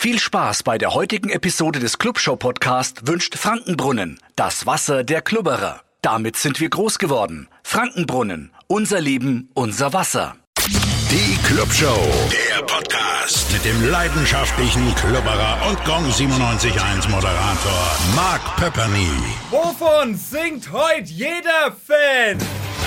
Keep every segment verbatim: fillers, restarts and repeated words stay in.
Viel Spaß bei der heutigen Episode des Clubshow-Podcast wünscht Frankenbrunnen, das Wasser der Klubberer. Damit sind wir groß geworden. Frankenbrunnen, unser Leben, unser Wasser. Die Clubshow, der Podcast mit dem leidenschaftlichen Klubberer und Gong siebenundneunzig Komma eins Moderator Mark Pepperny. Wovon singt heute jeder Fan?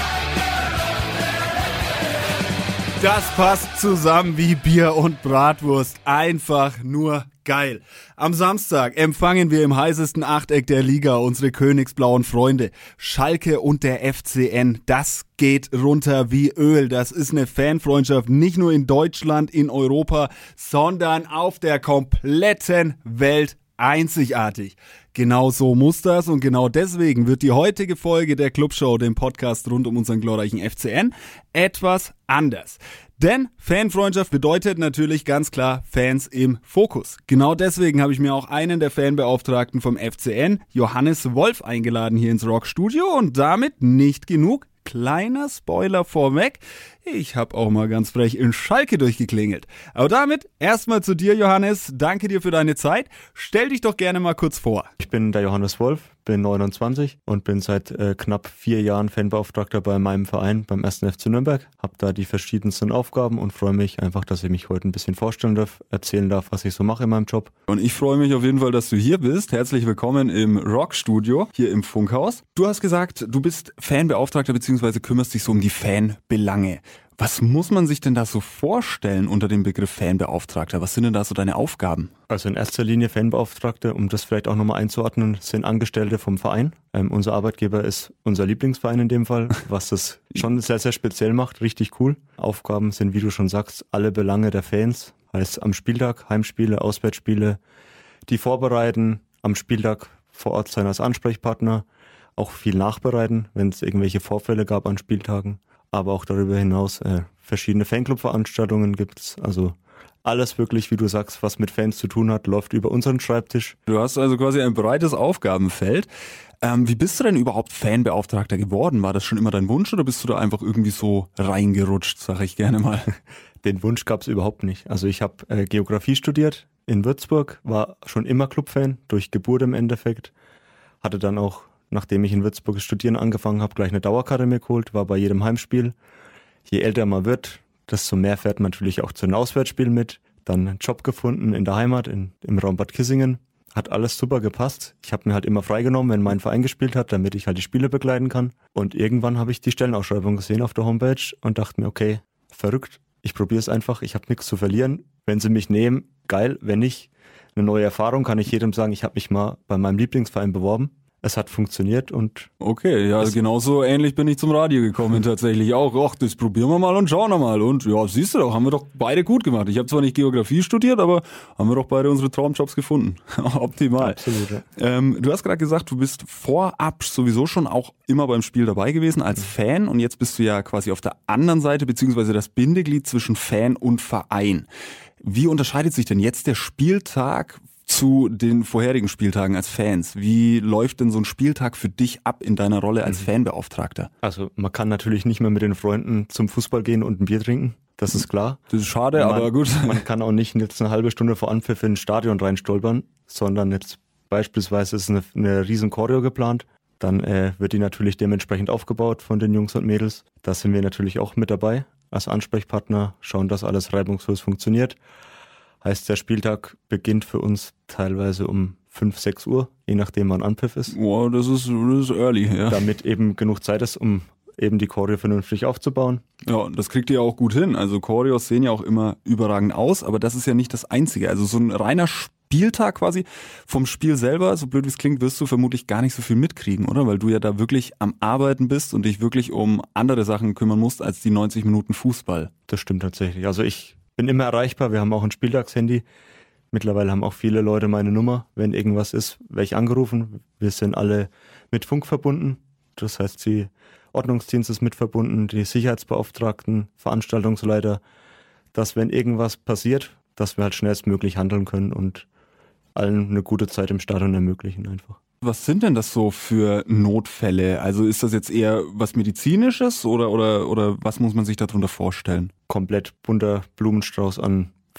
Das passt zusammen wie Bier und Bratwurst. Einfach nur geil. Am Samstag empfangen wir im heißesten Achteck der Liga unsere königsblauen Freunde. Schalke und der F C N. Das geht runter wie Öl. Das ist eine Fanfreundschaft nicht nur in Deutschland, in Europa, sondern auf der kompletten Welt einzigartig. Genau so muss das und genau deswegen wird die heutige Folge der Clubshow, dem Podcast rund um unseren glorreichen F C N, etwas anders. Denn Fanfreundschaft bedeutet natürlich ganz klar Fans im Fokus. Genau deswegen habe ich mir auch einen der Fanbeauftragten vom F C N, Johannes Wolf, eingeladen hier ins Rockstudio und damit nicht genug. Kleiner Spoiler vorweg, ich habe auch mal ganz frech in Schalke durchgeklingelt. Aber damit erstmal zu dir, Johannes. Danke dir für deine Zeit. Stell dich doch gerne mal kurz vor. Ich bin der Johannes Wolf, bin neunundzwanzig und bin seit äh, knapp vier Jahren Fanbeauftragter bei meinem Verein, beim ersten F C Nürnberg. Hab da die verschiedensten Aufgaben und freue mich einfach, dass ich mich heute ein bisschen vorstellen darf, erzählen darf, was ich so mache in meinem Job. Und ich freue mich auf jeden Fall, dass du hier bist. Herzlich willkommen im Rockstudio, hier im Funkhaus. Du hast gesagt, du bist Fanbeauftragter bzw. kümmerst dich so um die Fanbelange. Was muss man sich denn da so vorstellen unter dem Begriff Fanbeauftragter? Was sind denn da so deine Aufgaben? Also in erster Linie Fanbeauftragte, um das vielleicht auch nochmal einzuordnen, sind Angestellte vom Verein. Ähm, unser Arbeitgeber ist unser Lieblingsverein in dem Fall, was das schon sehr, sehr speziell macht. Richtig cool. Aufgaben sind, wie du schon sagst, alle Belange der Fans. Heißt am Spieltag Heimspiele, Auswärtsspiele, die vorbereiten, am Spieltag vor Ort sein als Ansprechpartner, auch viel nachbereiten, wenn es irgendwelche Vorfälle gab an Spieltagen. Aber auch darüber hinaus äh, verschiedene Fanclub-Veranstaltungen gibt's. Also alles wirklich, wie du sagst, was mit Fans zu tun hat, läuft über unseren Schreibtisch. Du hast also quasi ein breites Aufgabenfeld. Ähm, wie bist du denn überhaupt Fanbeauftragter geworden? War das schon immer dein Wunsch oder bist du da einfach irgendwie so reingerutscht, sag ich gerne mal? Den Wunsch gab's überhaupt nicht. Also ich habe äh, Geografie studiert in Würzburg, war schon immer Clubfan, durch Geburt im Endeffekt. Hatte dann auch, nachdem ich in Würzburg studieren angefangen habe, gleich eine Dauerkarte mir geholt, war bei jedem Heimspiel. Je älter man wird, desto mehr fährt man natürlich auch zu den Auswärtsspielen mit. Dann einen Job gefunden in der Heimat, in, im Raum Bad Kissingen. Hat alles super gepasst. Ich habe mir halt immer freigenommen, wenn mein Verein gespielt hat, damit ich halt die Spiele begleiten kann. Und irgendwann habe ich die Stellenausschreibung gesehen auf der Homepage und dachte mir, okay, verrückt, ich probiere es einfach, ich habe nichts zu verlieren. Wenn sie mich nehmen, geil. Wenn nicht, eine neue Erfahrung, kann ich jedem sagen, ich habe mich mal bei meinem Lieblingsverein beworben. Es hat funktioniert und... Okay, ja, also genauso ähnlich bin ich zum Radio gekommen tatsächlich auch. Ach, das probieren wir mal und schauen wir mal. Und ja, siehst du doch, haben wir doch beide gut gemacht. Ich habe zwar nicht Geografie studiert, aber haben wir doch beide unsere Traumjobs gefunden. Optimal. Absolut, ja. Ähm, du hast gerade gesagt, du bist vorab sowieso schon auch immer beim Spiel dabei gewesen als Fan und jetzt bist du ja quasi auf der anderen Seite, beziehungsweise das Bindeglied zwischen Fan und Verein. Wie unterscheidet sich denn jetzt der Spieltag zu den vorherigen Spieltagen als Fans? Wie läuft denn so ein Spieltag für dich ab in deiner Rolle als Fanbeauftragter? Also man kann natürlich nicht mehr mit den Freunden zum Fußball gehen und ein Bier trinken, das ist klar. Das ist schade, man, aber gut. Man kann auch nicht jetzt eine halbe Stunde vor Anpfiff in ein Stadion reinstolpern, sondern jetzt beispielsweise ist eine, eine riesen Choreo geplant. Dann äh, wird die natürlich dementsprechend aufgebaut von den Jungs und Mädels. Da sind wir natürlich auch mit dabei als Ansprechpartner, schauen, dass alles reibungslos funktioniert. Heißt, der Spieltag beginnt für uns teilweise um fünf, sechs Uhr, je nachdem wann Anpfiff ist. Wow, das ist, das ist early, ja. Damit eben genug Zeit ist, um eben die Choreo vernünftig aufzubauen. Ja, das kriegt ihr ja auch gut hin. Also Choreos sehen ja auch immer überragend aus, aber das ist ja nicht das Einzige. Also so ein reiner Spieltag quasi vom Spiel selber, so blöd wie es klingt, wirst du vermutlich gar nicht so viel mitkriegen, oder? Weil du ja da wirklich am Arbeiten bist und dich wirklich um andere Sachen kümmern musst als die neunzig Minuten Fußball. Das stimmt tatsächlich. Also ich bin immer erreichbar, wir haben auch ein Spieltagshandy. Mittlerweile haben auch viele Leute meine Nummer. Wenn irgendwas ist, werde ich angerufen. Wir sind alle mit Funk verbunden. Das heißt, die Ordnungsdienst ist mit verbunden, die Sicherheitsbeauftragten, Veranstaltungsleiter, dass wenn irgendwas passiert, dass wir halt schnellstmöglich handeln können und allen eine gute Zeit im Stadion ermöglichen einfach. Was sind denn das so für Notfälle? Also ist das jetzt eher was Medizinisches oder, oder, oder was muss man sich darunter vorstellen? Komplett bunter Blumenstrauß an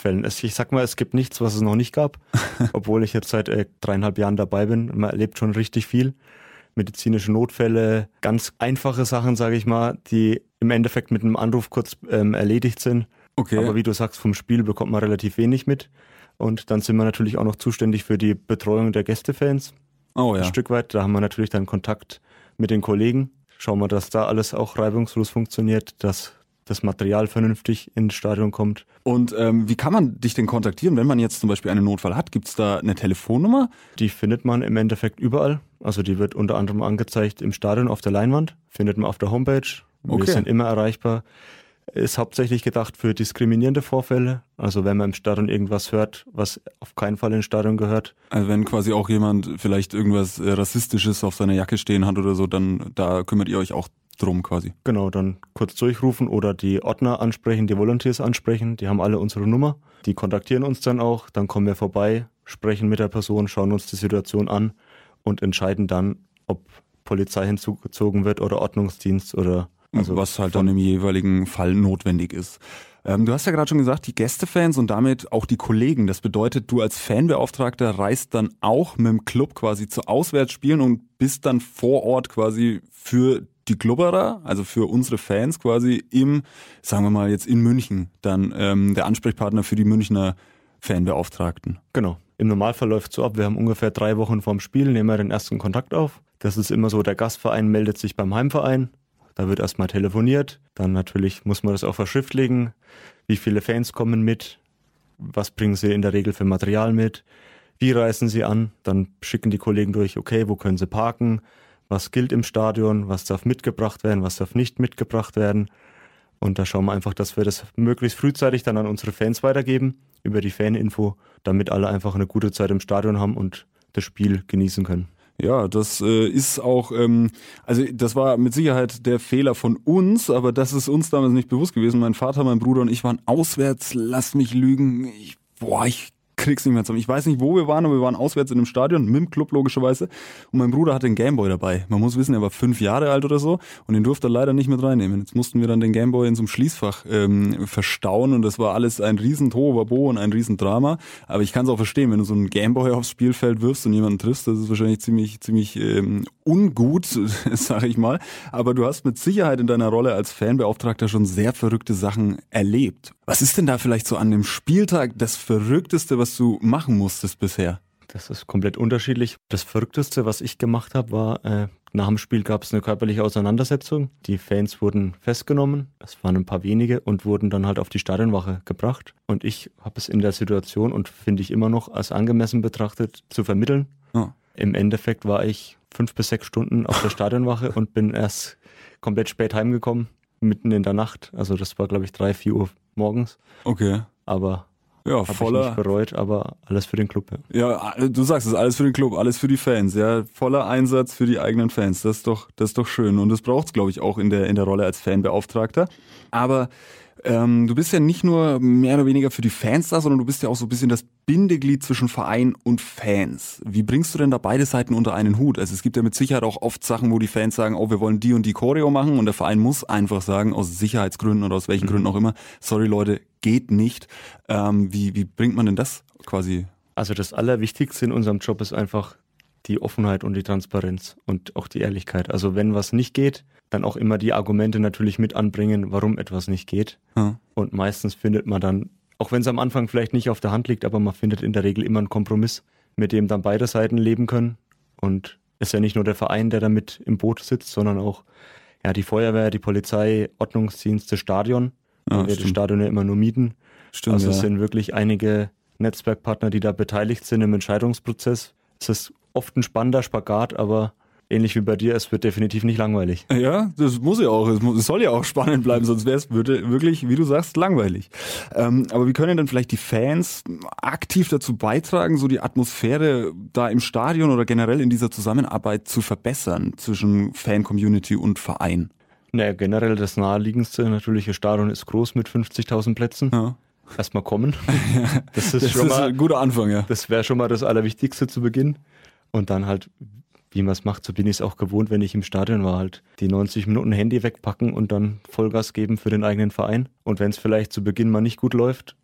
Notfällen. Es, ich sag mal, es gibt nichts, was es noch nicht gab, obwohl ich jetzt seit äh, dreieinhalb Jahren dabei bin. Man erlebt schon richtig viel. Medizinische Notfälle, ganz einfache Sachen, sage ich mal, die im Endeffekt mit einem Anruf kurz ähm, erledigt sind. Okay. Aber wie du sagst, vom Spiel bekommt man relativ wenig mit. Und dann sind wir natürlich auch noch zuständig für die Betreuung der Gästefans. Oh ja. Ein Stück weit. Da haben wir natürlich dann Kontakt mit den Kollegen. Schauen wir, dass da alles auch reibungslos funktioniert, dass das Material vernünftig ins Stadion kommt. Und ähm, wie kann man dich denn kontaktieren, wenn man jetzt zum Beispiel einen Notfall hat? Gibt es da eine Telefonnummer? Die findet man im Endeffekt überall. Also die wird unter anderem angezeigt im Stadion auf der Leinwand, findet man auf der Homepage. Okay. Wir sind immer erreichbar. Ist hauptsächlich gedacht für diskriminierende Vorfälle. Also wenn man im Stadion irgendwas hört, was auf keinen Fall ins Stadion gehört. Also wenn quasi auch jemand vielleicht irgendwas äh, Rassistisches auf seiner Jacke stehen hat oder so, dann da kümmert ihr euch auch drum quasi. Genau, dann kurz durchrufen oder die Ordner ansprechen, die Volunteers ansprechen. Die haben alle unsere Nummer. Die kontaktieren uns dann auch. Dann kommen wir vorbei, sprechen mit der Person, schauen uns die Situation an und entscheiden dann, ob Polizei hinzugezogen wird oder Ordnungsdienst oder also was halt dann im jeweiligen Fall notwendig ist. Ähm, du hast ja gerade schon gesagt, die Gästefans und damit auch die Kollegen. Das bedeutet, du als Fanbeauftragter reist dann auch mit dem Club quasi zu Auswärtsspielen und bist dann vor Ort quasi für die Klubberer, also für unsere Fans quasi im, sagen wir mal jetzt in München, dann ähm, der Ansprechpartner für die Münchner Fanbeauftragten. Genau. Im Normalfall läuft es so ab, wir haben ungefähr drei Wochen vorm Spiel, nehmen wir den ersten Kontakt auf. Das ist immer so, der Gastverein meldet sich beim Heimverein. Da wird erstmal telefoniert, dann natürlich muss man das auch verschriftlichen, wie viele Fans kommen mit, was bringen sie in der Regel für Material mit, wie reisen sie an, dann schicken die Kollegen durch, okay, wo können sie parken, was gilt im Stadion, was darf mitgebracht werden, was darf nicht mitgebracht werden. Und da schauen wir einfach, dass wir das möglichst frühzeitig dann an unsere Fans weitergeben, über die Faninfo, damit alle einfach eine gute Zeit im Stadion haben und das Spiel genießen können. Ja, das äh, ist auch, ähm, also das war mit Sicherheit der Fehler von uns, aber das ist uns damals nicht bewusst gewesen. Mein Vater, mein Bruder und ich waren auswärts, lasst mich lügen, ich, boah, ich krieg's nicht mehr zusammen. Ich weiß nicht, wo wir waren, aber wir waren auswärts in einem Stadion, mit dem Club logischerweise. Und mein Bruder hatte einen Gameboy dabei. Man muss wissen, er war fünf Jahre alt oder so und den durfte er leider nicht mit reinnehmen. Jetzt mussten wir dann den Gameboy in so einem Schließfach ähm, verstauen und das war alles ein riesen Tohuwabohu und ein riesen Drama. Aber ich kann es auch verstehen, wenn du so einen Gameboy aufs Spielfeld wirfst und jemanden triffst, das ist wahrscheinlich ziemlich ziemlich ähm, ungut, sage ich mal. Aber du hast mit Sicherheit in deiner Rolle als Fanbeauftragter schon sehr verrückte Sachen erlebt. Was ist denn da vielleicht so an dem Spieltag das Verrückteste, was du machen musstest bisher? Das ist komplett unterschiedlich. Das Verrückteste, was ich gemacht habe, war, äh, nach dem Spiel gab es eine körperliche Auseinandersetzung. Die Fans wurden festgenommen, es waren ein paar wenige und wurden dann halt auf die Stadionwache gebracht. Und ich habe es in der Situation und finde ich immer noch als angemessen betrachtet zu vermitteln. Oh. Im Endeffekt war ich fünf bis sechs Stunden auf der Stadionwache und bin erst komplett spät heimgekommen, mitten in der Nacht. Also das war, glaube ich, drei, vier Uhr morgens. Okay. Aber ja, habe voller, ich nicht bereut, aber alles für den Club. Ja. ja, du sagst es, alles für den Club, alles für die Fans. Ja, voller Einsatz für die eigenen Fans. Das ist doch, das ist doch schön. Und das braucht es, glaube ich, auch in der, in der Rolle als Fanbeauftragter. Aber ähm, du bist ja nicht nur mehr oder weniger für die Fans da, sondern du bist ja auch so ein bisschen das Bindeglied zwischen Verein und Fans. Wie bringst du denn da beide Seiten unter einen Hut? Also es gibt ja mit Sicherheit auch oft Sachen, wo die Fans sagen, oh, wir wollen die und die Choreo machen und der Verein muss einfach sagen, aus Sicherheitsgründen oder aus welchen mhm. Gründen auch immer, sorry Leute, geht nicht. Ähm, wie, wie bringt man denn das quasi? Also das Allerwichtigste in unserem Job ist einfach die Offenheit und die Transparenz und auch die Ehrlichkeit. Also wenn was nicht geht, dann auch immer die Argumente natürlich mit anbringen, warum etwas nicht geht. Ja. Und meistens findet man dann, auch wenn es am Anfang vielleicht nicht auf der Hand liegt, aber man findet in der Regel immer einen Kompromiss, mit dem dann beide Seiten leben können. Und es ist ja nicht nur der Verein, der da mit im Boot sitzt, sondern auch ja, die Feuerwehr, die Polizei, Ordnungsdienste, Stadion, ja, weil wir das Stadion ja immer nur mieten. Stimmt, also es ja. sind wirklich einige Netzwerkpartner, die da beteiligt sind im Entscheidungsprozess. Es ist oft ein spannender Spagat, aber ähnlich wie bei dir, es wird definitiv nicht langweilig. Ja, das muss ja auch. Es, muss, es soll ja auch spannend bleiben, sonst wäre es wirklich, wie du sagst, langweilig. Ähm, aber wie können denn vielleicht die Fans aktiv dazu beitragen, so die Atmosphäre da im Stadion oder generell in dieser Zusammenarbeit zu verbessern zwischen Fan-Community und Verein? Naja, generell das naheliegendste natürlich, das Stadion ist groß mit fünfzigtausend Plätzen. Ja. Erstmal kommen. Ja, das ist, das schon ist mal, ein guter Anfang, ja. Das wäre schon mal das Allerwichtigste zu Beginn. Und dann halt, wie man es macht, so bin ich es auch gewohnt, wenn ich im Stadion war, halt die neunzig Minuten Handy wegpacken und dann Vollgas geben für den eigenen Verein. Und wenn es vielleicht zu Beginn mal nicht gut läuft,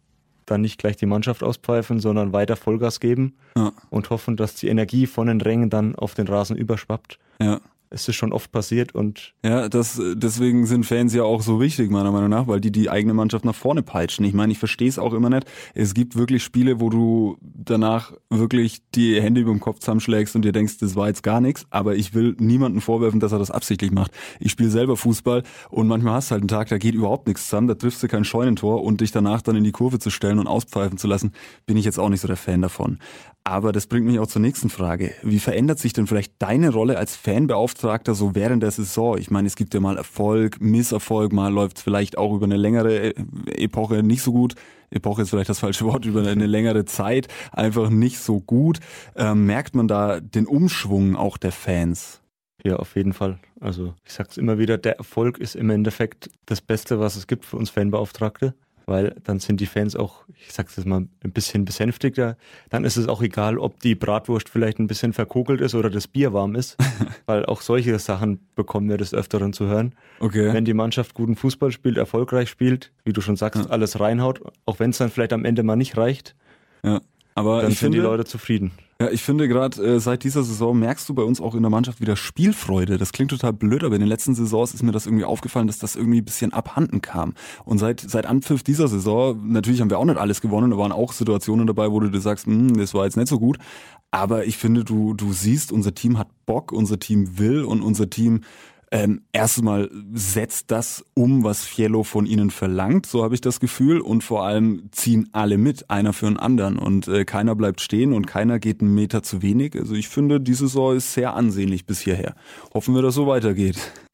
dann nicht gleich die Mannschaft auspfeifen, sondern weiter Vollgas geben Ja. und hoffen, dass die Energie von den Rängen dann auf den Rasen überschwappt. Ja. Es ist schon oft passiert und Ja, das, deswegen sind Fans ja auch so wichtig, meiner Meinung nach, weil die die eigene Mannschaft nach vorne peitschen. Ich meine, ich verstehe es auch immer nicht. Es gibt wirklich Spiele, wo du danach wirklich die Hände über dem Kopf zusammenschlägst und dir denkst, das war jetzt gar nichts, aber ich will niemandem vorwerfen, dass er das absichtlich macht. Ich spiele selber Fußball und manchmal hast du halt einen Tag, da geht überhaupt nichts zusammen, da triffst du kein Scheunentor und dich danach dann in die Kurve zu stellen und auspfeifen zu lassen, bin ich jetzt auch nicht so der Fan davon. Aber das bringt mich auch zur nächsten Frage. Wie verändert sich denn vielleicht deine Rolle als Fanbeauftragter so während der Saison? Ich meine, es gibt ja mal Erfolg, Misserfolg, mal läuft es vielleicht auch über eine längere Epoche nicht so gut. Epoche ist vielleicht das falsche Wort, über eine längere Zeit einfach nicht so gut. Ähm, merkt man da den Umschwung auch der Fans? ja, auf jeden Fall. Also ich sag's immer wieder, der Erfolg ist im Endeffekt das Beste, was es gibt für uns Fanbeauftragte. Weil dann sind die Fans auch, ich sag's jetzt mal, ein bisschen besänftigter. Dann ist es auch egal, ob die Bratwurst vielleicht ein bisschen verkokelt ist oder das Bier warm ist. Weil auch solche Sachen bekommen wir des Öfteren zu hören. Okay. Wenn die Mannschaft guten Fußball spielt, erfolgreich spielt, wie du schon sagst, Ja. alles reinhaut, auch wenn es dann vielleicht am Ende mal nicht reicht, Ja. Aber dann ich sind finde, die Leute zufrieden. Ja, ich finde gerade äh, seit dieser Saison merkst du bei uns auch in der Mannschaft wieder Spielfreude. Das klingt total blöd, aber in den letzten Saisons ist mir das irgendwie aufgefallen, dass das irgendwie ein bisschen abhanden kam. Und seit seit Anpfiff dieser Saison, natürlich haben wir auch nicht alles gewonnen, da waren auch Situationen dabei, wo du dir sagst, hm, das war jetzt nicht so gut. Aber ich finde, du du siehst, unser Team hat Bock, unser Team will und unser Team Ähm, erstmal setzt das um, was Fiello von ihnen verlangt, so habe ich das Gefühl, und vor allem ziehen alle mit, einer für den anderen, und äh, keiner bleibt stehen und keiner geht einen Meter zu wenig. Also ich finde, die Saison ist sehr ansehnlich bis hierher. Hoffen wir, dass so weitergeht.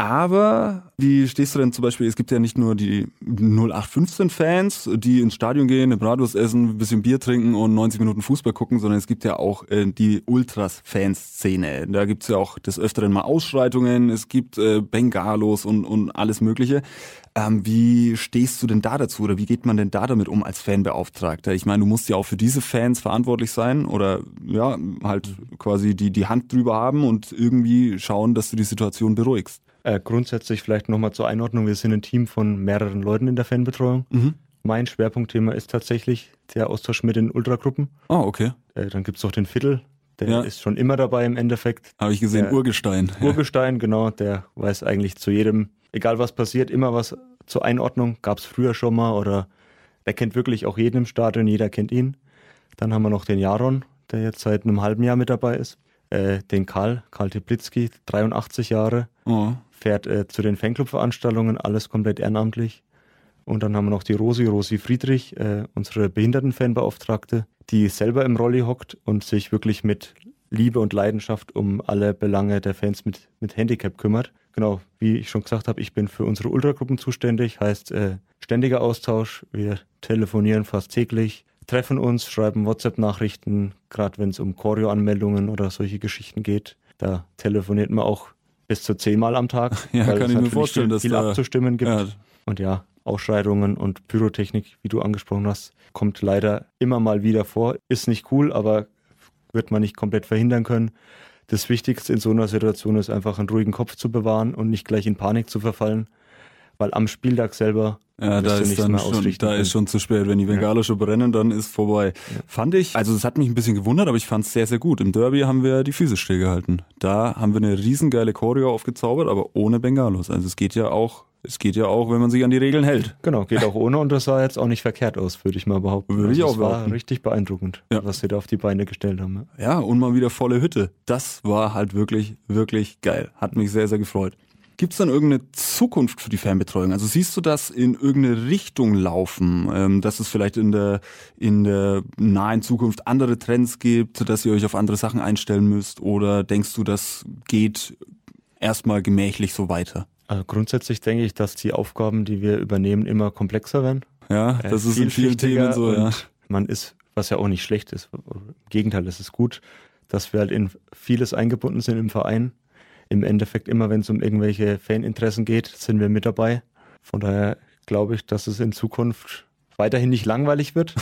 Aber wie stehst du denn zum Beispiel, es gibt ja nicht nur die null acht fünfzehn Fans, die ins Stadion gehen, eine Bratwurst essen, ein bisschen Bier trinken und neunzig Minuten Fußball gucken, sondern es gibt ja auch äh, die Ultras-Fanszene. Da gibt es ja auch des Öfteren mal Ausschreitungen, es gibt äh, Bengalos und, und alles Mögliche. Ähm, wie stehst du denn da dazu oder wie geht man denn da damit um als Fanbeauftragter? Ich meine, du musst ja auch für diese Fans verantwortlich sein oder ja, halt quasi die, die Hand drüber haben und irgendwie schauen, dass du die Situation beruhigst. Äh, grundsätzlich vielleicht nochmal zur Einordnung, wir sind ein Team von mehreren Leuten in der Fanbetreuung. Mhm. Mein Schwerpunktthema ist tatsächlich der Austausch mit den Ultragruppen. Ah, okay. Äh, dann gibt's auch den Viertel, der Ja. ist schon immer dabei im Endeffekt. Habe ich gesehen, Der Urgestein. Urgestein, genau, der weiß eigentlich zu jedem, egal was passiert, immer was zur Einordnung. Gab's früher schon mal oder der kennt wirklich auch jeden im Stadion, jeder kennt ihn. Dann haben wir noch den Jaron, der jetzt seit einem halben Jahr mit dabei ist. Äh, den Karl, Karl Teplitzky, dreiundachtzig Jahre, Oh. fährt äh, zu den Fanclub-Veranstaltungen, alles komplett ehrenamtlich. Und dann haben wir noch die Rosi, Rosi Friedrich, äh, unsere Behindertenfanbeauftragte, die selber im Rolli hockt und sich wirklich mit Liebe und Leidenschaft um alle Belange der Fans mit, mit Handicap kümmert. Genau, wie ich schon gesagt habe, ich bin für unsere Ultragruppen zuständig, heißt äh, ständiger Austausch. Wir telefonieren fast täglich, treffen uns, schreiben WhatsApp-Nachrichten, gerade wenn es um Choreo-Anmeldungen oder solche Geschichten geht. Da telefoniert man auch bis zu zehnmal am Tag. Ja, weil kann es ich mir natürlich vorstellen, viel, dass viel da- abzustimmen gibt. Ja. Und ja, Ausschreitungen und Pyrotechnik, wie du angesprochen hast, kommt leider immer mal wieder vor. Ist nicht cool, aber wird man nicht komplett verhindern können. Das Wichtigste in so einer Situation ist einfach einen ruhigen Kopf zu bewahren und nicht gleich in Panik zu verfallen, weil am Spieltag selber Ja, wirst da du ist nichts dann mehr schon, ausrichten da können. ist schon zu spät. Wenn die Bengalos schon brennen, dann ist vorbei. Fand ich, also es hat mich ein bisschen gewundert, aber ich fand es sehr, sehr gut. Im Derby haben wir die Füße stillgehalten. Da haben wir eine riesengeile Choreo aufgezaubert, aber ohne Bengalos. Also es geht ja auch, es geht ja auch, wenn man sich an die Regeln hält. Genau, geht auch ohne und das sah jetzt auch nicht verkehrt aus, würde ich mal behaupten. Würde ich Also auch es war behaupten. richtig beeindruckend, Ja. was sie da auf die Beine gestellt haben. Ja. Ja, und mal wieder volle Hütte. Das war halt wirklich, wirklich geil. Hat mich sehr, sehr gefreut. Gibt es dann irgendeine Zukunft für die Fanbetreuung? Also siehst du das in irgendeine Richtung laufen, ähm, dass es vielleicht in der, in der nahen Zukunft andere Trends gibt, dass ihr euch auf andere Sachen einstellen müsst? Oder denkst du, das geht erstmal gemächlich so weiter? Also grundsätzlich denke ich, dass die Aufgaben, die wir übernehmen, immer komplexer werden. Ja, Äh, das ist in vielen vielschichtiger Themen so, ja. und Man ist, was ja auch nicht schlecht ist, im Gegenteil, es ist gut, dass wir halt in vieles eingebunden sind im Verein. Im Endeffekt immer, wenn es um irgendwelche Faninteressen geht, sind wir mit dabei. Von daher glaube ich, dass es in Zukunft weiterhin nicht langweilig wird.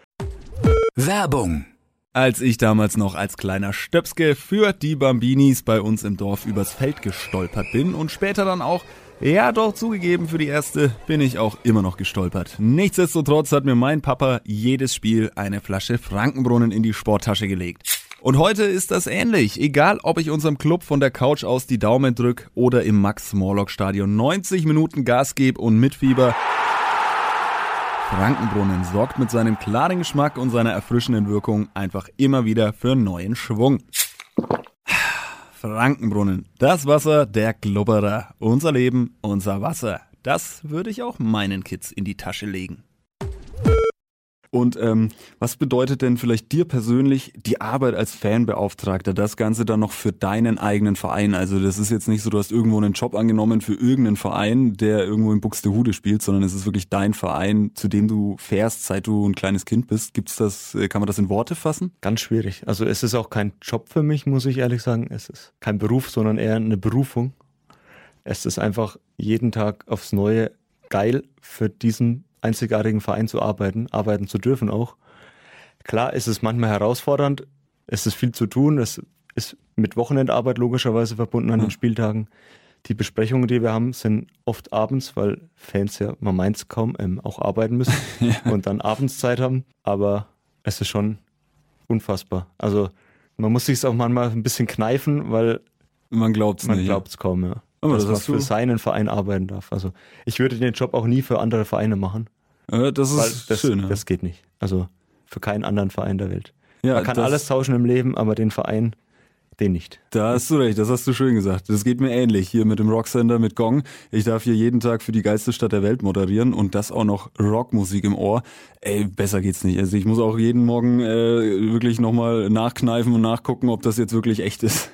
Werbung. Als ich damals noch als kleiner Stöpske für die Bambinis bei uns im Dorf übers Feld gestolpert bin und später dann auch Ja, doch, zugegeben, für die erste bin ich auch immer noch gestolpert. Nichtsdestotrotz hat mir mein Papa jedes Spiel eine Flasche Frankenbrunnen in die Sporttasche gelegt. Und heute ist das ähnlich. Egal, ob ich unserem Club von der Couch aus die Daumen drück oder im Max-Morlock-Stadion neunzig Minuten Gas gebe und mitfieber. Frankenbrunnen sorgt mit seinem klaren Geschmack und seiner erfrischenden Wirkung einfach immer wieder für neuen Schwung. Frankenbrunnen, das Wasser der Glubberer. Unser Leben, unser Wasser. Das würde ich auch meinen Kids in die Tasche legen. Und ähm, was bedeutet denn vielleicht dir persönlich die Arbeit als Fanbeauftragter, das Ganze dann noch für deinen eigenen Verein? Also das ist jetzt nicht so, du hast irgendwo einen Job angenommen für irgendeinen Verein, der irgendwo in Buxtehude spielt, sondern es ist wirklich dein Verein, zu dem du fährst, seit du ein kleines Kind bist. Gibt's das, kann man das in Worte fassen? Ganz schwierig. Also es ist auch kein Job für mich, muss ich ehrlich sagen. Es ist kein Beruf, sondern eher eine Berufung. Es ist einfach jeden Tag aufs Neue geil, für diesen einzigartigen Verein zu arbeiten, arbeiten zu dürfen auch. Klar ist es manchmal herausfordernd, es ist viel zu tun, es ist mit Wochenendarbeit logischerweise verbunden an den Spieltagen. Die Besprechungen, die wir haben, sind oft abends, weil Fans ja, man meint es kaum, ähm, auch arbeiten müssen ja. und dann Abendszeit haben, aber es ist schon unfassbar. Also man muss sich es auch manchmal ein bisschen kneifen, weil man glaubt es nicht. Man glaubt es kaum, ja. Aber dass man für seinen Verein arbeiten darf. Also ich würde den Job auch nie für andere Vereine machen. Ja, das ist das, schön. Ja. Das geht nicht. Also für keinen anderen Verein der Welt. Ja, man kann alles tauschen im Leben, aber den Verein, den nicht. Da hast du recht, das hast du schön gesagt. Das geht mir ähnlich hier mit dem Rocksender, mit Gong. Ich darf hier jeden Tag für die geilste Stadt der Welt moderieren und das auch noch Rockmusik im Ohr. Ey, besser geht's nicht. Also ich muss auch jeden Morgen äh, wirklich nochmal nachkneifen und nachgucken, ob das jetzt wirklich echt ist.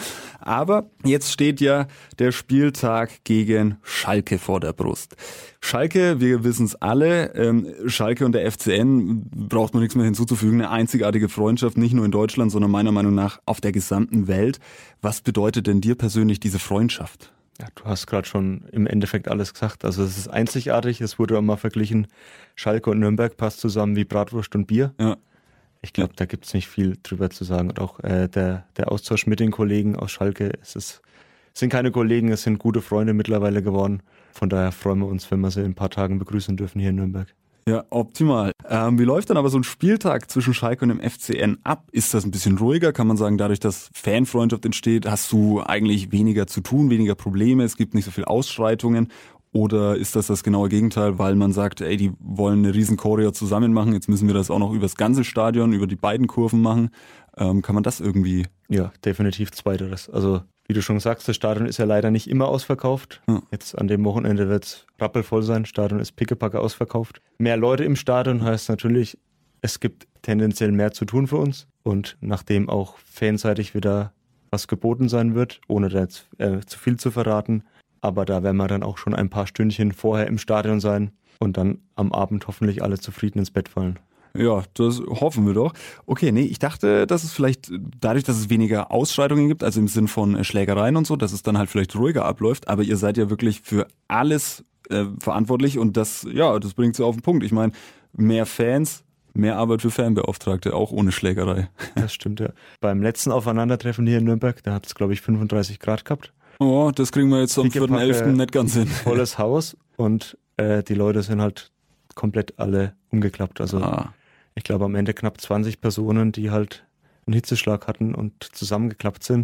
Aber jetzt steht ja der Spieltag gegen Schalke vor der Brust. Schalke, wir wissen es alle, ähm, Schalke und der F C N, braucht man nichts mehr hinzuzufügen, eine einzigartige Freundschaft, nicht nur in Deutschland, sondern meiner Meinung nach auf der gesamten Welt. Was bedeutet denn dir persönlich diese Freundschaft? Ja, du hast gerade schon im Endeffekt alles gesagt. Also es ist einzigartig, es wurde auch mal verglichen, Schalke und Nürnberg passt zusammen wie Bratwurst und Bier. Ja. Ich glaube, da gibt's nicht viel drüber zu sagen. Und auch äh, der, der Austausch mit den Kollegen aus Schalke, es ist, es sind keine Kollegen, es sind gute Freunde mittlerweile geworden. Von daher freuen wir uns, wenn wir sie in ein paar Tagen begrüßen dürfen hier in Nürnberg. Ja, optimal. Ähm, wie läuft dann aber so ein Spieltag zwischen Schalke und dem F C N ab? Ist das ein bisschen ruhiger? Kann man sagen, dadurch, dass Fanfreundschaft entsteht, hast du eigentlich weniger zu tun, weniger Probleme, es gibt nicht so viel Ausschreitungen? Oder ist das das genaue Gegenteil, weil man sagt, ey, die wollen eine riesen Choreo zusammen machen, jetzt müssen wir das auch noch über das ganze Stadion, über die beiden Kurven machen. Ähm, kann man das irgendwie? Ja, definitiv zweiteres. Also wie du schon sagst, das Stadion ist ja leider nicht immer ausverkauft. Ja. Jetzt an dem Wochenende wird es rappelvoll sein, Stadion ist pickepacke ausverkauft. Mehr Leute im Stadion heißt natürlich, es gibt tendenziell mehr zu tun für uns. Und nachdem auch fanseitig wieder was geboten sein wird, ohne da jetzt äh, zu viel zu verraten, aber da werden wir dann auch schon ein paar Stündchen vorher im Stadion sein und dann am Abend hoffentlich alle zufrieden ins Bett fallen. Ja, das hoffen wir doch. Okay, nee, ich dachte, dass es vielleicht dadurch, dass es weniger Ausschreitungen gibt, also im Sinn von Schlägereien und so, dass es dann halt vielleicht ruhiger abläuft, aber ihr seid ja wirklich für alles äh, verantwortlich und das, ja, das bringt so auf den Punkt. Ich meine, mehr Fans, mehr Arbeit für Fanbeauftragte, auch ohne Schlägerei. Das stimmt, ja. Beim letzten Aufeinandertreffen hier in Nürnberg, da hat es, glaube ich, fünfunddreißig Grad gehabt. Oh, das kriegen wir jetzt am vierten elften nicht ganz hin. Volles Haus und äh, die Leute sind halt komplett alle umgeklappt. Also ah. ich glaube am Ende knapp zwanzig Personen, die halt einen Hitzeschlag hatten und zusammengeklappt sind.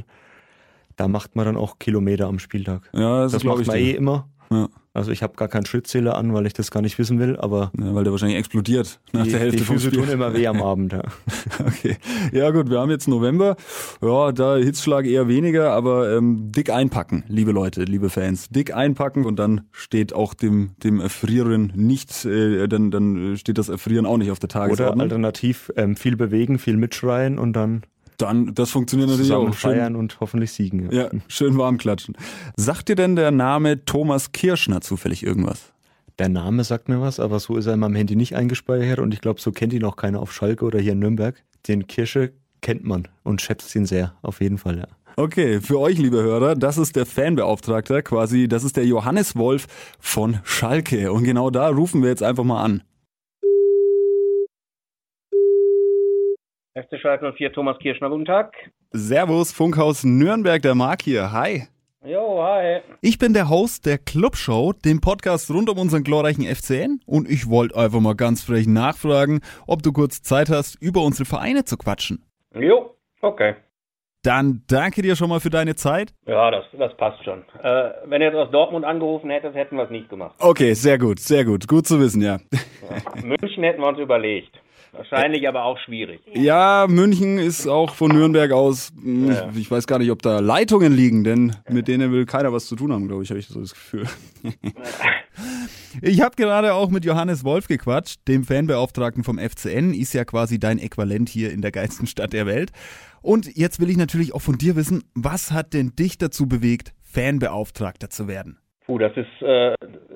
Da macht man dann auch Kilometer am Spieltag. Ja, das, das macht man eh immer. Ja. Also ich habe gar keinen Schrittzähler an, weil ich das gar nicht wissen will, aber... Ja, weil der wahrscheinlich explodiert nach die, der Hälfte die vom Füße Spiel. tun immer weh am Abend, ja. Okay. Ja gut, wir haben jetzt November. Ja, da Hitzschlag eher weniger, aber ähm, dick einpacken, liebe Leute, liebe Fans. Dick einpacken und dann steht auch dem dem Erfrieren nicht, äh, dann, dann steht das Erfrieren auch nicht auf der Tagesordnung. Oder alternativ ähm, viel bewegen, viel mitschreien und dann... Dann, das funktioniert natürlich zusammen auch. Feiern schön, und hoffentlich siegen. Ja. ja, schön warm klatschen. Sagt dir denn der Name Thomas Kirschner zufällig irgendwas? Der Name sagt mir was, aber so ist er in meinem Handy nicht eingespeichert und ich glaube, so kennt ihn auch keiner auf Schalke oder hier in Nürnberg. Den Kirsche kennt man und schätzt ihn sehr, auf jeden Fall, ja. Okay, für euch, liebe Hörer, das ist der Fanbeauftragte, quasi, das ist der Johannes Wolf von Schalke. Und genau da rufen wir jetzt einfach mal an. F C Schalke null vier, Thomas Kirschner, guten Tag. Servus, Funkhaus Nürnberg, der Marc hier, hi. Jo, hi. Ich bin der Host der Clubshow, dem Podcast rund um unseren glorreichen F C N, und ich wollte einfach mal ganz frech nachfragen, ob du kurz Zeit hast, über unsere Vereine zu quatschen. Jo, okay. Dann danke dir schon mal für deine Zeit. Ja, das, das passt schon. Äh, wenn du jetzt aus Dortmund angerufen hättest, hätten wir es nicht gemacht. Okay, sehr gut, sehr gut. Gut zu wissen, ja. Ja. München hätten wir uns überlegt. Wahrscheinlich aber auch schwierig. Ja, München ist auch von Nürnberg aus, Ja. ich weiß gar nicht, ob da Leitungen liegen, denn mit denen will keiner was zu tun haben, glaube ich, habe ich so das Gefühl. Ich habe gerade auch mit Johannes Wolf gequatscht, dem Fanbeauftragten vom F C N, ist ja quasi dein Äquivalent hier in der geilsten Stadt der Welt. Und jetzt will ich natürlich auch von dir wissen, was hat denn dich dazu bewegt, Fanbeauftragter zu werden? Puh, das ist äh,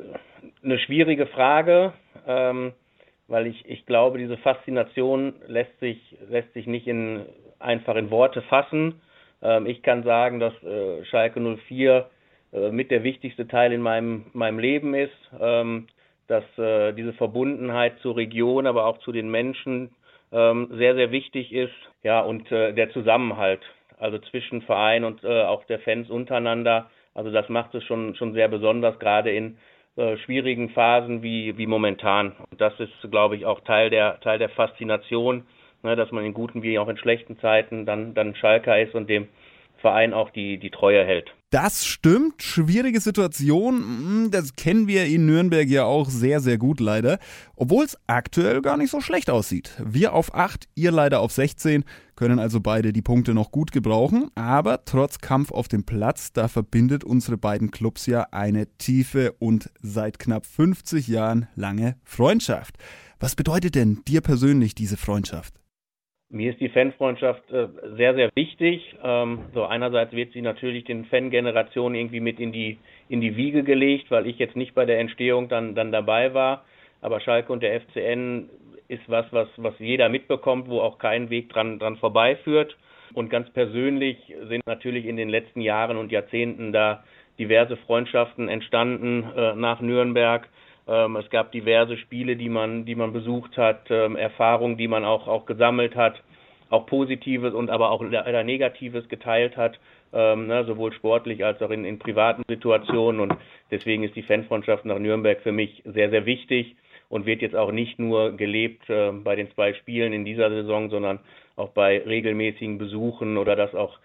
eine schwierige Frage, ähm, weil ich, ich glaube, diese Faszination lässt sich, lässt sich nicht in, einfach in Worte fassen. Ähm, ich kann sagen, dass äh, Schalke null vier äh, mit der wichtigste Teil in meinem, meinem Leben ist, ähm, dass äh, diese Verbundenheit zur Region, aber auch zu den Menschen ähm, sehr, sehr wichtig ist. Ja, und äh, der Zusammenhalt, also zwischen Verein und äh, auch der Fans untereinander, also das macht es schon, schon sehr besonders, gerade in äh, schwierigen Phasen wie, wie momentan. Und das ist, glaube ich, auch Teil der, Teil der Faszination, ne, dass man in guten wie auch in schlechten Zeiten dann, dann Schalker ist und dem Verein auch die, die Treue hält. Das stimmt, schwierige Situation, das kennen wir in Nürnberg ja auch sehr, sehr gut leider, obwohl es aktuell gar nicht so schlecht aussieht. Wir auf acht, ihr leider auf sechzehn, können also beide die Punkte noch gut gebrauchen, aber trotz Kampf auf dem Platz, da verbindet unsere beiden Clubs ja eine tiefe und seit knapp fünfzig Jahren lange Freundschaft. Was bedeutet denn dir persönlich diese Freundschaft? Mir ist die Fanfreundschaft äh, sehr, sehr wichtig. Ähm, so einerseits wird sie natürlich den Fangenerationen irgendwie mit in die in die Wiege gelegt, weil ich jetzt nicht bei der Entstehung dann dann dabei war. Aber Schalke und der F C N ist was, was was jeder mitbekommt, wo auch kein Weg dran dran vorbeiführt. Und ganz persönlich sind natürlich in den letzten Jahren und Jahrzehnten da diverse Freundschaften entstanden äh, nach Nürnberg. Es gab diverse Spiele, die man, die man besucht hat, ähm, Erfahrungen, die man auch, auch gesammelt hat, auch Positives und aber auch leider Negatives geteilt hat, ähm, ne, sowohl sportlich als auch in, in privaten Situationen. Und deswegen ist die Fanfreundschaft nach Nürnberg für mich sehr, sehr wichtig und wird jetzt auch nicht nur gelebt äh, bei den zwei Spielen in dieser Saison, sondern auch bei regelmäßigen Besuchen oder dass auch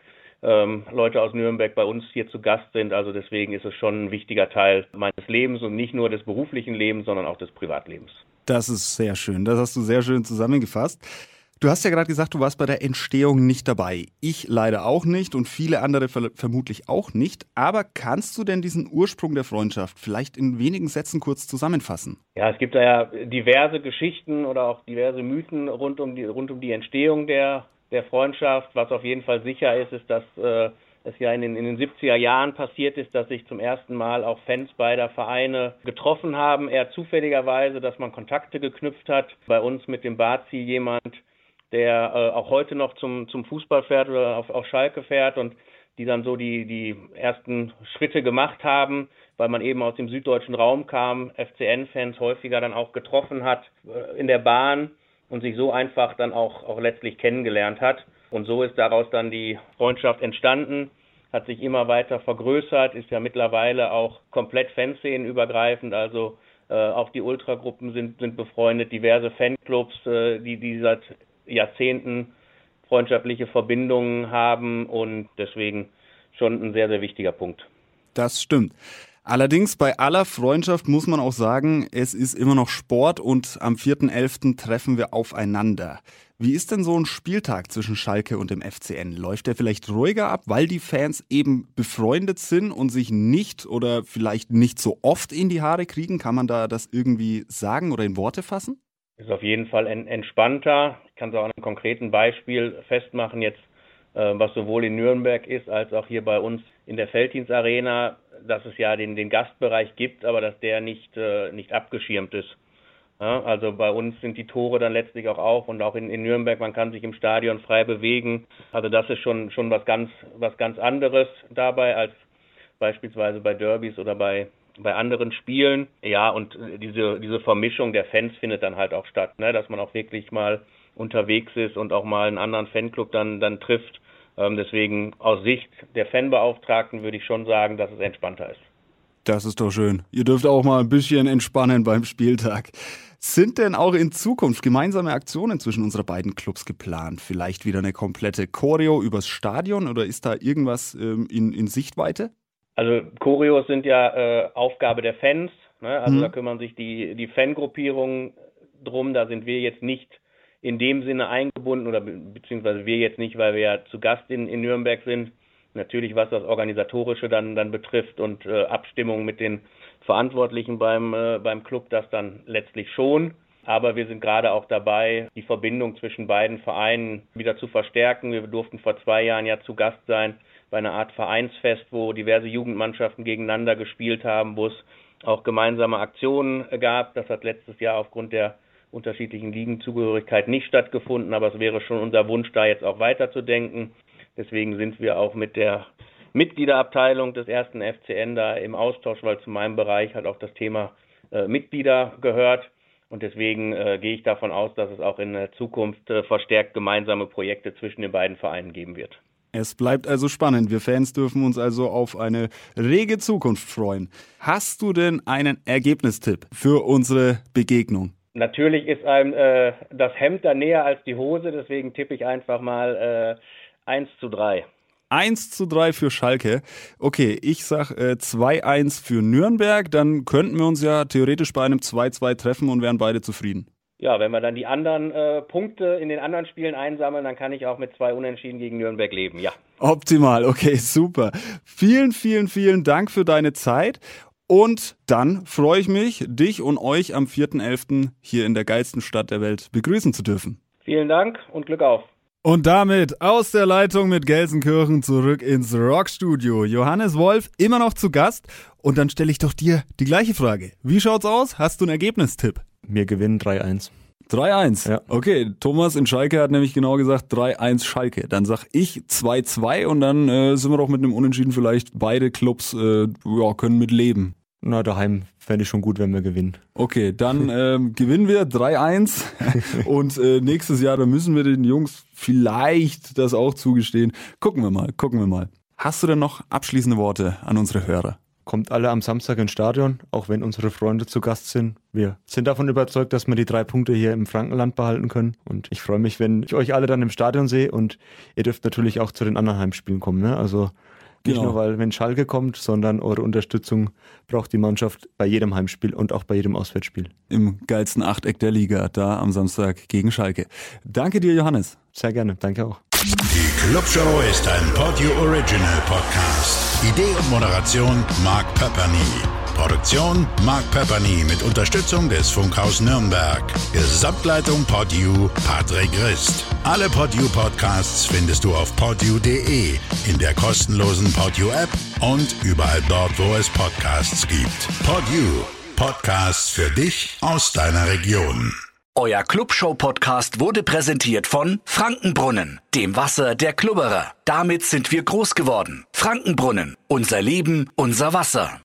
Leute aus Nürnberg bei uns hier zu Gast sind. Also deswegen ist es schon ein wichtiger Teil meines Lebens und nicht nur des beruflichen Lebens, sondern auch des Privatlebens. Das ist sehr schön. Das hast du sehr schön zusammengefasst. Du hast ja gerade gesagt, du warst bei der Entstehung nicht dabei. Ich leider auch nicht und viele andere ver- vermutlich auch nicht. Aber kannst du denn diesen Ursprung der Freundschaft vielleicht in wenigen Sätzen kurz zusammenfassen? Ja, es gibt da ja diverse Geschichten oder auch diverse Mythen rund um die, rund um die Entstehung der der Freundschaft. Was auf jeden Fall sicher ist, ist, dass äh, es ja in den, in den siebziger Jahren passiert ist, dass sich zum ersten Mal auch Fans beider Vereine getroffen haben, eher zufälligerweise, dass man Kontakte geknüpft hat. Bei uns mit dem Bazi jemand, der äh, auch heute noch zum, zum Fußball fährt oder auf, auf Schalke fährt und die dann so die, die ersten Schritte gemacht haben, weil man eben aus dem süddeutschen Raum kam, F C N-Fans häufiger dann auch getroffen hat äh, in der Bahn und sich so einfach dann auch, auch letztlich kennengelernt hat. Und so ist daraus dann die Freundschaft entstanden, hat sich immer weiter vergrößert, ist ja mittlerweile auch komplett fanszenenübergreifend, also äh, auch die Ultragruppen sind, sind befreundet, diverse Fanclubs, äh, die, die seit Jahrzehnten freundschaftliche Verbindungen haben und deswegen schon ein sehr, sehr wichtiger Punkt. Das stimmt. Allerdings bei aller Freundschaft muss man auch sagen, es ist immer noch Sport und am vierten elften treffen wir aufeinander. Wie ist denn so ein Spieltag zwischen Schalke und dem F C N? Läuft der vielleicht ruhiger ab, weil die Fans eben befreundet sind und sich nicht oder vielleicht nicht so oft in die Haare kriegen? Kann man da das irgendwie sagen oder in Worte fassen? Ist auf jeden Fall entspannter. Ich kann es auch an einem konkreten Beispiel festmachen, jetzt was sowohl in Nürnberg ist, als auch hier bei uns in der Felddienstarena, dass es ja den, den Gastbereich gibt, aber dass der nicht, äh, nicht abgeschirmt ist. Ja, also bei uns sind die Tore dann letztlich auch auf und auch in, in Nürnberg, man kann sich im Stadion frei bewegen. Also das ist schon, schon was ganz, was ganz anderes dabei als beispielsweise bei Derbys oder bei, bei anderen Spielen. Ja, und diese, diese Vermischung der Fans findet dann halt auch statt, ne? Dass man auch wirklich mal unterwegs ist und auch mal einen anderen Fanclub dann, dann trifft. Ähm, deswegen aus Sicht der Fanbeauftragten würde ich schon sagen, dass es entspannter ist. Das ist doch schön. Ihr dürft auch mal ein bisschen entspannen beim Spieltag. Sind denn auch in Zukunft gemeinsame Aktionen zwischen unseren beiden Clubs geplant? Vielleicht wieder eine komplette Choreo übers Stadion oder ist da irgendwas ähm, in, in Sichtweite? Also Choreos sind ja äh, Aufgabe der Fans, ne? Also Mhm. da kümmern sich die, die Fangruppierungen drum. Da sind wir jetzt nicht in dem Sinne eingebunden oder be- beziehungsweise wir jetzt nicht, weil wir ja zu Gast in, in Nürnberg sind. Natürlich, was das Organisatorische dann, dann betrifft und äh, Abstimmung mit den Verantwortlichen beim, äh, beim Club, das dann letztlich schon. Aber wir sind gerade auch dabei, die Verbindung zwischen beiden Vereinen wieder zu verstärken. Wir durften vor zwei Jahren ja zu Gast sein bei einer Art Vereinsfest, wo diverse Jugendmannschaften gegeneinander gespielt haben, wo es auch gemeinsame Aktionen gab. Das hat letztes Jahr aufgrund der unterschiedlichen Ligenzugehörigkeit nicht stattgefunden, aber es wäre schon unser Wunsch, da jetzt auch weiterzudenken. Deswegen sind wir auch mit der Mitgliederabteilung des ersten F C N da im Austausch, weil zu meinem Bereich halt auch das Thema äh, Mitglieder gehört. Und deswegen äh, gehe ich davon aus, dass es auch in der Zukunft äh, verstärkt gemeinsame Projekte zwischen den beiden Vereinen geben wird. Es bleibt also spannend. Wir Fans dürfen uns also auf eine rege Zukunft freuen. Hast du denn einen Ergebnistipp für unsere Begegnung? Natürlich ist einem äh, das Hemd da näher als die Hose, deswegen tippe ich einfach mal äh, eins zu drei. eins zu drei für Schalke. Okay, ich sag äh, zwei eins für Nürnberg. Dann könnten wir uns ja theoretisch bei einem zwei zwei treffen und wären beide zufrieden. Ja, wenn wir dann die anderen äh, Punkte in den anderen Spielen einsammeln, dann kann ich auch mit zwei Unentschieden gegen Nürnberg leben, ja. Optimal, okay, super. Vielen, vielen, vielen Dank für deine Zeit. Und dann freue ich mich, dich und euch am vierten elften hier in der geilsten Stadt der Welt begrüßen zu dürfen. Vielen Dank und Glück auf. Und damit aus der Leitung mit Gelsenkirchen zurück ins Rockstudio. Johannes Wolf immer noch zu Gast. Und dann stelle ich doch dir die gleiche Frage. Wie schaut's aus? Hast du einen Ergebnistipp? Wir gewinnen drei eins. drei eins? Ja. Okay, Thomas in Schalke hat nämlich genau gesagt drei eins Schalke. Dann sag ich zwei zwei und dann äh, sind wir doch mit einem Unentschieden vielleicht beide Clubs äh, ja, können mit leben. Na, daheim fände ich schon gut, wenn wir gewinnen. Okay, dann ähm, gewinnen wir drei eins und äh, nächstes Jahr, da müssen wir den Jungs vielleicht das auch zugestehen. Gucken wir mal, gucken wir mal. Hast du denn noch abschließende Worte an unsere Hörer? Kommt alle am Samstag ins Stadion, auch wenn unsere Freunde zu Gast sind. Wir sind davon überzeugt, dass wir die drei Punkte hier im Frankenland behalten können. Und ich freue mich, wenn ich euch alle dann im Stadion sehe. Und ihr dürft natürlich auch zu den anderen Heimspielen kommen, ne? Also nicht Genau. nur, weil wenn Schalke kommt, sondern eure Unterstützung braucht die Mannschaft bei jedem Heimspiel und auch bei jedem Auswärtsspiel. Im geilsten Achteck der Liga, da am Samstag gegen Schalke. Danke dir, Johannes. Sehr gerne, danke auch. Die Clubshow ist ein Podio Original Podcast. Idee und Moderation Mark Pepperny. Produktion Mark Pepperny mit Unterstützung des Funkhaus Nürnberg. Gesamtleitung Podio Patrick Rist. Alle Podio Podcasts findest du auf podio punkt de, in der kostenlosen Podio App und überall dort, wo es Podcasts gibt. Podio. Podcasts für dich aus deiner Region. Euer Clubshow-Podcast wurde präsentiert von Frankenbrunnen, dem Wasser der Klubberer. Damit sind wir groß geworden. Frankenbrunnen, unser Leben, unser Wasser.